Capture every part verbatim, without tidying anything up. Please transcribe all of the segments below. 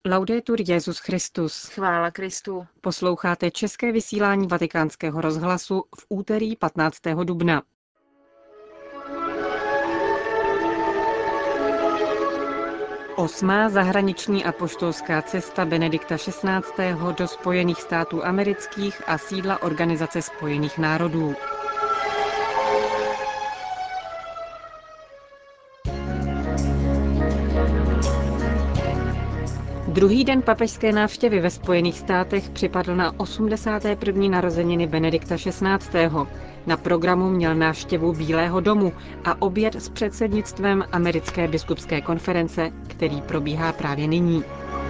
Laudetur Jesus Christus. Chvála Kristu. Posloucháte české vysílání Vatikánského rozhlasu v úterý patnáctého dubna. Osmá zahraniční apoštolská cesta Benedikta šestnáctého. do Spojených států amerických a sídla Organizace spojených národů. Druhý den papežské návštěvy ve Spojených státech připadl na osmdesáté první narozeniny Benedikta šestnáctého. Na programu měl návštěvu Bílého domu a oběd s předsednictvem Americké biskupské konference, který probíhá právě nyní.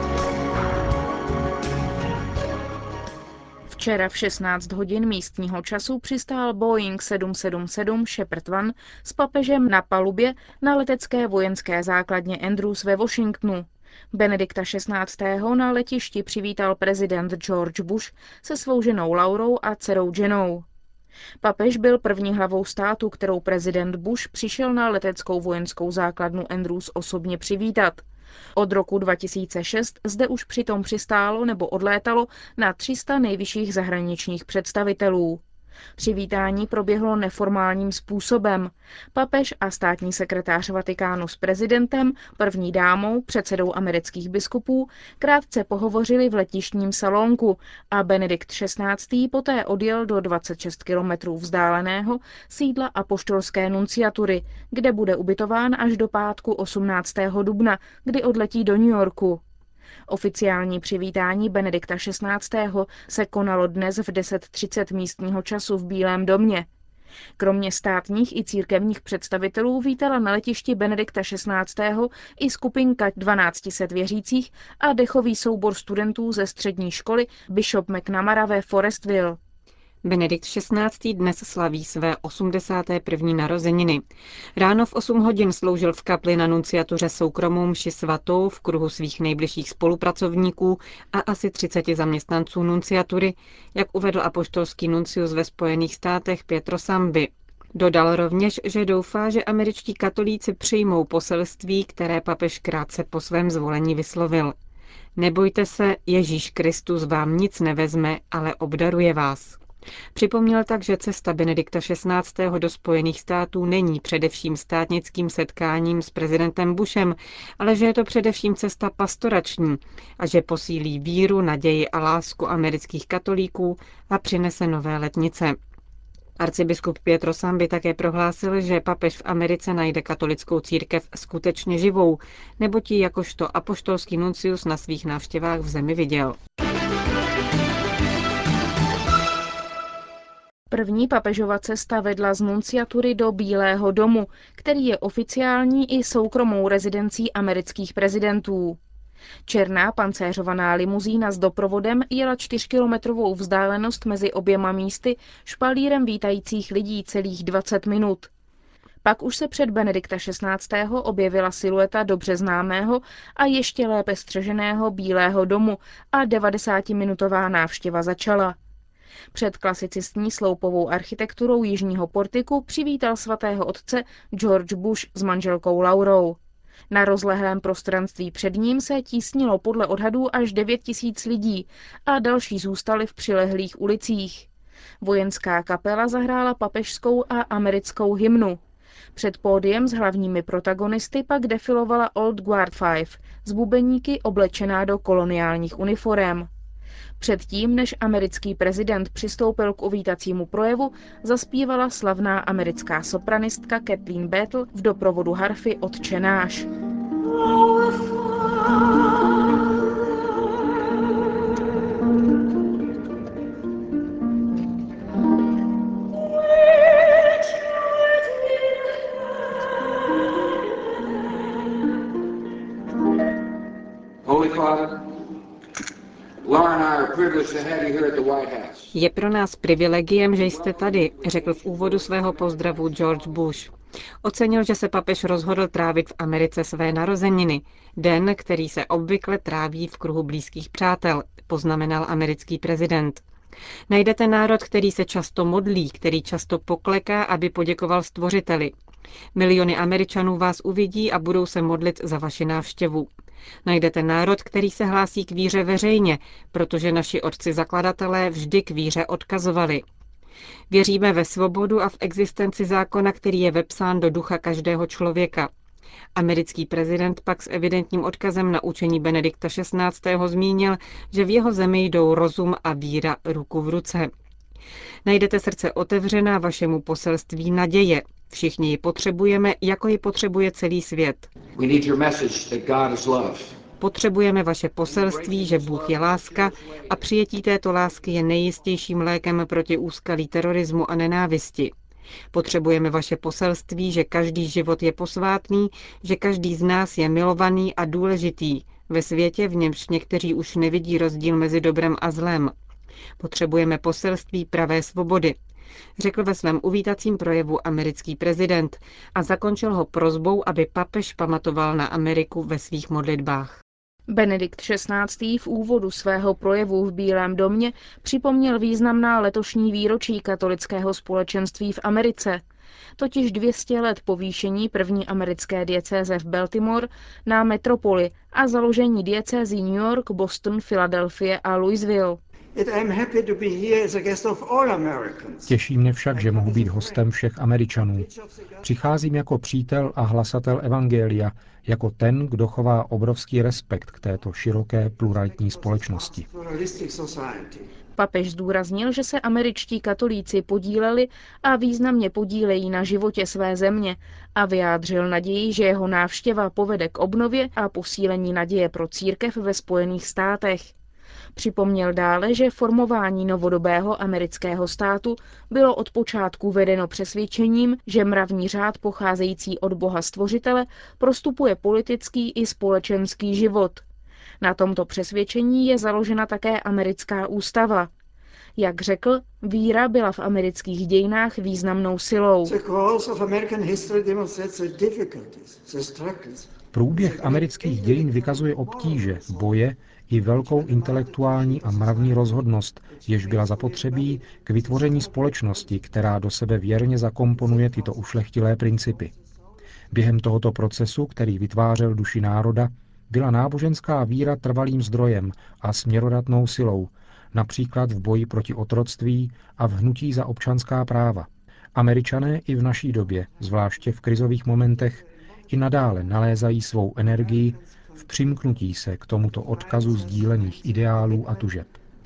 Včera v šestnáct hodin místního času přistál Boeing sedm sedm sedm Shepherd One s papežem na palubě na letecké vojenské základně Andrews ve Washingtonu. Benedikta šestnáctého. na letišti přivítal prezident George Bush se svou ženou Laurou a dcerou Jennou. Papež byl první hlavou státu, kterou prezident Bush přišel na leteckou vojenskou základnu Andrews osobně přivítat. Od roku dva tisíce šest zde už přitom přistálo nebo odlétalo na tři sta nejvyšších zahraničních představitelů. Přivítání proběhlo neformálním způsobem. Papež a státní sekretář Vatikánu s prezidentem, první dámou, předsedou amerických biskupů, krátce pohovořili v letištním salonku a Benedikt šestnáctý. poté odjel do dvacet šest kilometrů vzdáleného sídla apoštolské nunciatury, kde bude ubytován až do pátku osmnáctého dubna, kdy odletí do New Yorku. Oficiální přivítání Benedikta šestnáctého. se konalo dnes v deset třicet místního času v Bílém domě. Kromě státních i církevních představitelů vítala na letišti Benedikta šestnáctého. i skupinka dvanáct set věřících a dechový soubor studentů ze střední školy Bishop McNamara ve Forestville. Benedikt šestnáctý. dnes slaví své osmdesáté první narozeniny. Ráno v osm hodin sloužil v kapli na nunciatuře soukromou mši svatou v kruhu svých nejbližších spolupracovníků a asi třiceti zaměstnanců nunciatury, jak uvedl apoštolský nuncius ve Spojených státech Pietro Sambi. Dodal rovněž, že doufá, že američtí katolíci přijmou poselství, které papež krátce po svém zvolení vyslovil. Nebojte se, Ježíš Kristus vám nic nevezme, ale obdaruje vás. Připomněl tak, že cesta Benedikta šestnáctého. do Spojených států není především státnickým setkáním s prezidentem Bushem, ale že je to především cesta pastorační a že posílí víru, naději a lásku amerických katolíků a přinese nové letnice. Arcibiskup Pietro Sambi také prohlásil, že papež v Americe najde katolickou církev skutečně živou, neboť ji jakožto apoštolský nuncius na svých návštěvách v zemi viděl. První papežova cesta vedla z nunciatury do Bílého domu, který je oficiální i soukromou rezidencí amerických prezidentů. Černá pancéřovaná limuzína s doprovodem jela čtyřkilometrovou vzdálenost mezi oběma místy špalírem vítajících lidí celých dvacet minut. Pak už se před Benedikta šestnáctého. objevila silueta dobře známého a ještě lépe střeženého Bílého domu a devadesátiminutová návštěva začala. Před klasicistní sloupovou architekturou jižního portiku přivítal svatého otce George Bush s manželkou Laurou. Na rozlehlém prostranství před ním se tísnilo podle odhadů až devět tisíc lidí a další zůstali v přilehlých ulicích. Vojenská kapela zahrála papežskou a americkou hymnu. Před pódiem s hlavními protagonisty pak defilovala Old Guard pět z bubeníky oblečená do koloniálních uniforem. Předtím, než americký prezident přistoupil k uvítacímu projevu, zaspívala slavná americká sopranistka Kathleen Battle v doprovodu harfy Otče náš. Holy Father, je pro nás privilegiem, že jste tady, řekl v úvodu svého pozdravu George Bush. Ocenil, že se papež rozhodl trávit v Americe své narozeniny, den, který se obvykle tráví v kruhu blízkých přátel, poznamenal americký prezident. Najdete národ, který se často modlí, který často pokleká, aby poděkoval stvořiteli. Miliony Američanů vás uvidí a budou se modlit za vaši návštěvu. Najdete národ, který se hlásí k víře veřejně, protože naši otci zakladatelé vždy k víře odkazovali. Věříme ve svobodu a v existenci zákona, který je vepsán do ducha každého člověka. Americký prezident pak s evidentním odkazem na učení Benedikta šestnáctého. Zmínil, že v jeho zemi jdou rozum a víra ruku v ruce. Najdete srdce otevřená vašemu poselství naděje. Všichni ji potřebujeme, jako ji potřebuje celý svět. Potřebujeme vaše poselství, že Bůh je láska a přijetí této lásky je nejjistějším lékem proti úskalí terorismu a nenávisti. Potřebujeme vaše poselství, že každý život je posvátný, že každý z nás je milovaný a důležitý ve světě, v němž někteří už nevidí rozdíl mezi dobrem a zlem. Potřebujeme poselství pravé svobody, řekl ve svém uvítacím projevu americký prezident a zakončil ho prosbou, aby papež pamatoval na Ameriku ve svých modlitbách. Benedikt šestnáctý. v úvodu svého projevu v Bílém domě připomněl významná letošní výročí katolického společenství v Americe, totiž dvě stě let povýšení první americké diecéze v Baltimore na metropoli a založení diecézí New York, Boston, Filadelfie a Louisville. Těší mne však, že mohu být hostem všech Američanů. Přicházím jako přítel a hlasatel evangelia, jako ten, kdo chová obrovský respekt k této široké pluralitní společnosti. Papež zdůraznil, že se američtí katolíci podíleli a významně podílejí na životě své země a vyjádřil naději, že jeho návštěva povede k obnově a posílení naděje pro církev ve Spojených státech. Připomněl dále, že formování novodobého amerického státu bylo od počátku vedeno přesvědčením, že mravní řád pocházející od Boha Stvořitele prostupuje politický i společenský život. Na tomto přesvědčení je založena také americká ústava. Jak řekl, víra byla v amerických dějinách významnou silou. Průběh amerických dějin vykazuje obtíže, boje i velkou intelektuální a mravní rozhodnost, jež byla zapotřebí k vytvoření společnosti, která do sebe věrně zakomponuje tyto ušlechtilé principy. Během tohoto procesu, který vytvářel duši národa, byla náboženská víra trvalým zdrojem a směrodatnou silou, například v boji proti otroctví a v hnutí za občanská práva. Američané i v naší době, zvláště v krizových momentech, i nadále nalézají svou energii v přimknutí se k tomuto odkazu sdílených ideálů a tužeb.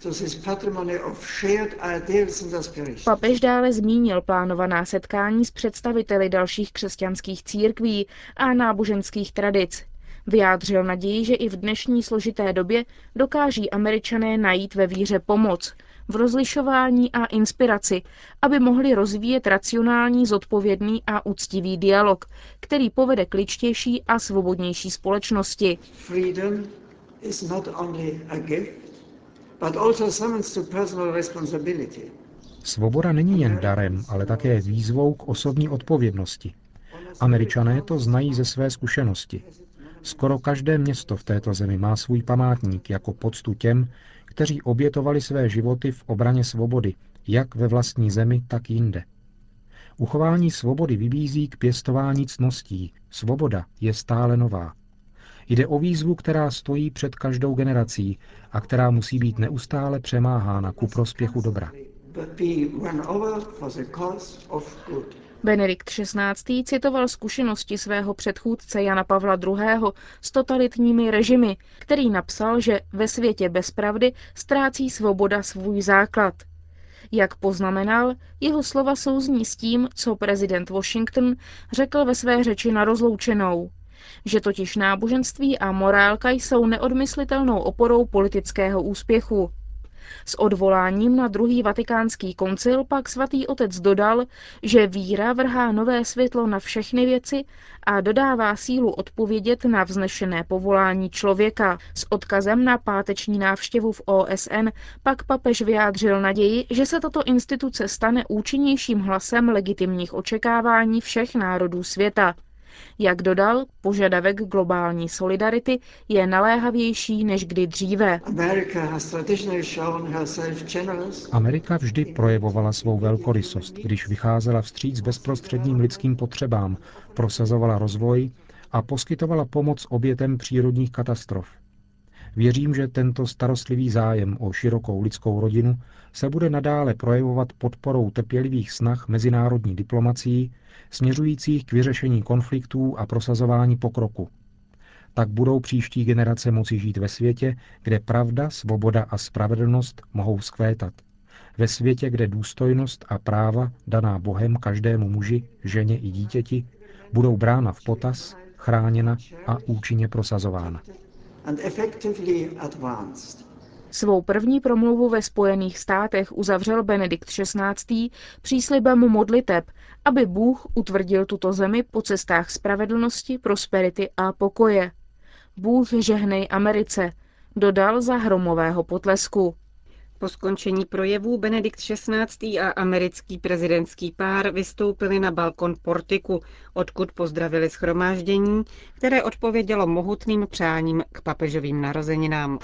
Papež dále zmínil plánovaná setkání s představiteli dalších křesťanských církví a náboženských tradic. Vyjádřil naději, že i v dnešní složité době dokáží Američané najít ve víře pomoc, v rozlišování a inspiraci, aby mohli rozvíjet racionální, zodpovědný a úctivý dialog, který povede k ličtější a svobodnější společnosti. Svoboda není jen darem, ale také výzvou k osobní odpovědnosti. Američané to znají ze své zkušenosti. Skoro každé město v této zemi má svůj památník jako poctu těm, kteří obětovali své životy v obraně svobody, jak ve vlastní zemi, tak jinde. Uchování svobody vybízí k pěstování ctností. Svoboda je stále nová. Jde o výzvu, která stojí před každou generací a která musí být neustále přemáhána ku prospěchu dobra. Benedikt šestnáctý. citoval zkušenosti svého předchůdce Jana Pavla druhého. s totalitními režimy, který napsal, že ve světě bez pravdy ztrácí svoboda svůj základ. Jak poznamenal, jeho slova souzní s tím, co prezident Washington řekl ve své řeči na rozloučenou, že totiž náboženství a morálka jsou neodmyslitelnou oporou politického úspěchu. S odvoláním na druhý vatikánský koncil pak svatý otec dodal, že víra vrhá nové světlo na všechny věci a dodává sílu odpovědět na vznešené povolání člověka. S odkazem na páteční návštěvu v O S N pak papež vyjádřil naději, že se tato instituce stane účinnějším hlasem legitimních očekávání všech národů světa. Jak dodal, požadavek globální solidarity je naléhavější než kdy dříve. Amerika vždy projevovala svou velkorysost, když vycházela vstříc bezprostředním lidským potřebám, prosazovala rozvoj a poskytovala pomoc obětem přírodních katastrof. Věřím, že tento starostlivý zájem o širokou lidskou rodinu se bude nadále projevovat podporou trpělivých snah mezinárodní diplomacií směřujících k vyřešení konfliktů a prosazování pokroku. Tak budou příští generace moci žít ve světě, kde pravda, svoboda a spravedlnost mohou vzkvétat. Ve světě, kde důstojnost a práva daná Bohem každému muži, ženě i dítěti budou brána v potaz, chráněna a účinně prosazována. Svou první promluvu ve Spojených státech uzavřel Benedikt šestnáctý. příslibem modliteb, aby Bůh utvrdil tuto zemi po cestách spravedlnosti, prosperity a pokoje. Bůh žehnej Americe, dodal za hromového potlesku. Po skončení projevů Benedikt šestnáctý. A americký prezidentský pár vystoupili na balkon portiku, odkud pozdravili shromáždění, které odpovědělo mohutným přáním k papežovým narozeninám.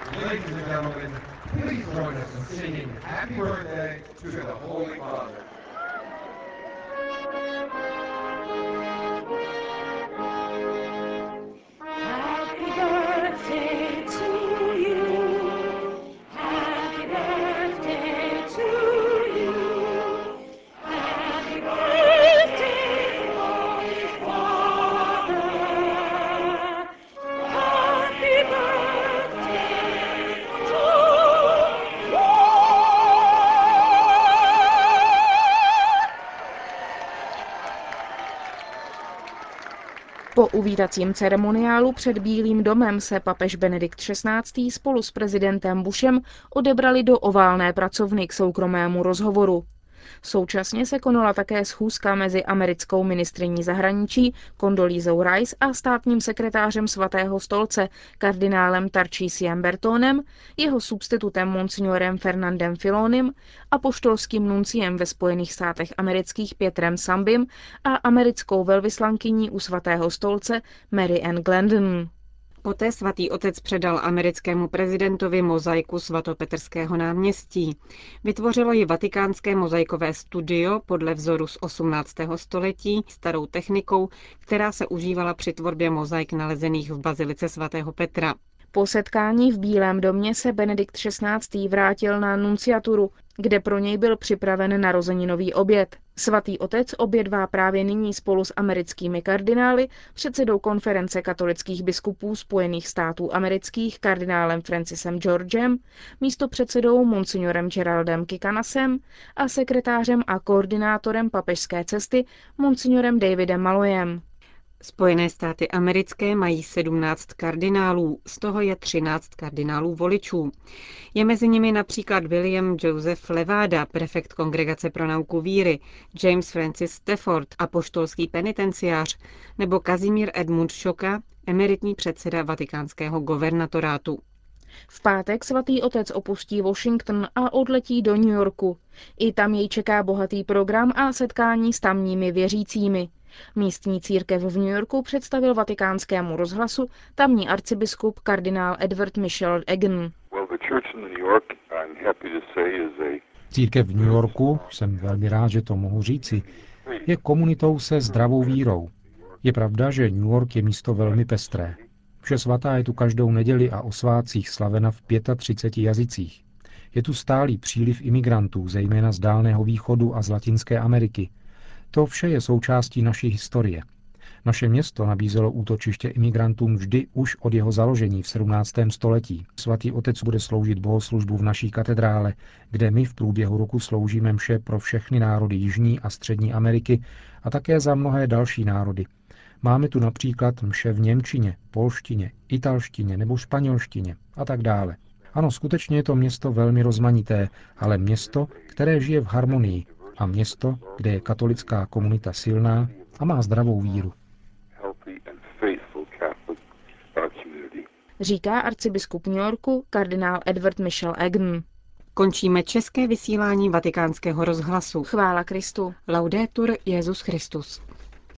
Po uvítacím ceremoniálu před Bílým domem se papež Benedikt šestnáctý. Spolu s prezidentem Bushem odebrali do oválné pracovny k soukromému rozhovoru. Současně se konala také schůzka mezi americkou ministryní zahraničí Condoleezou Rice a státním sekretářem Svatého stolce kardinálem Tarcísiem Bertónem, jeho substitutem monsignorem Fernandem Filonim, apoštolským nunciem ve Spojených státech amerických Pietrem Sambim a americkou velvyslankyní u Svatého stolce Mary Ann Glendon. Poté svatý otec předal americkému prezidentovi mozaiku svatopetrského náměstí. Vytvořilo ji vatikánské mozaikové studio podle vzoru z osmnáctého století starou technikou, která se užívala při tvorbě mozaik nalezených v bazilice svatého Petra. Po setkání v Bílém domě se Benedikt šestnáctý. vrátil na nunciaturu, kde pro něj byl připraven narozeninový oběd. Svatý otec obědvá právě nyní spolu s americkými kardinály, předsedou konference katolických biskupů Spojených států amerických kardinálem Francisem Georgem, místopředsedou monsignorem Geraldem Kikanasem a sekretářem a koordinátorem papežské cesty monsignorem Davidem Maloyem. Spojené státy americké mají sedmnáct kardinálů, z toho je třináct kardinálů voličů. Je mezi nimi například William Joseph Levada, prefekt Kongregace pro nauku víry, James Francis Stafford, apoštolský penitenciář, nebo Kazimír Edmund Šoka, emeritní předseda vatikánského guvernatorátu. V pátek svatý otec opustí Washington a odletí do New Yorku. I tam jej čeká bohatý program a setkání s tamními věřícími. Místní církev v New Yorku představil vatikánskému rozhlasu tamní arcibiskup kardinál Edward Michel Egan. Církev v New Yorku, jsem velmi rád, že to mohu říci, je komunitou se zdravou vírou. Je pravda, že New York je místo velmi pestré. Vše svatá je tu každou neděli a o svátcích slavena v třiceti pěti jazycích. Je tu stálý příliv imigrantů, zejména z Dálného východu a z Latinské Ameriky. To vše je součástí naší historie. Naše město nabízelo útočiště imigrantům vždy už od jeho založení v sedmnáctém století. Svatý otec bude sloužit bohoslužbu v naší katedrále, kde my v průběhu roku sloužíme mše pro všechny národy Jižní a Střední Ameriky a také za mnohé další národy. Máme tu například mše v němčině, polštině, italštině nebo španělštině a tak dále. Ano, skutečně je to město velmi rozmanité, ale město, které žije v harmonii a město, kde je katolická komunita silná a má zdravou víru. Říká arcibiskup New Yorku kardinál Edward Michel Egan. Končíme české vysílání Vatikánského rozhlasu. Chvála Kristu. Laudetur Jesus Christus.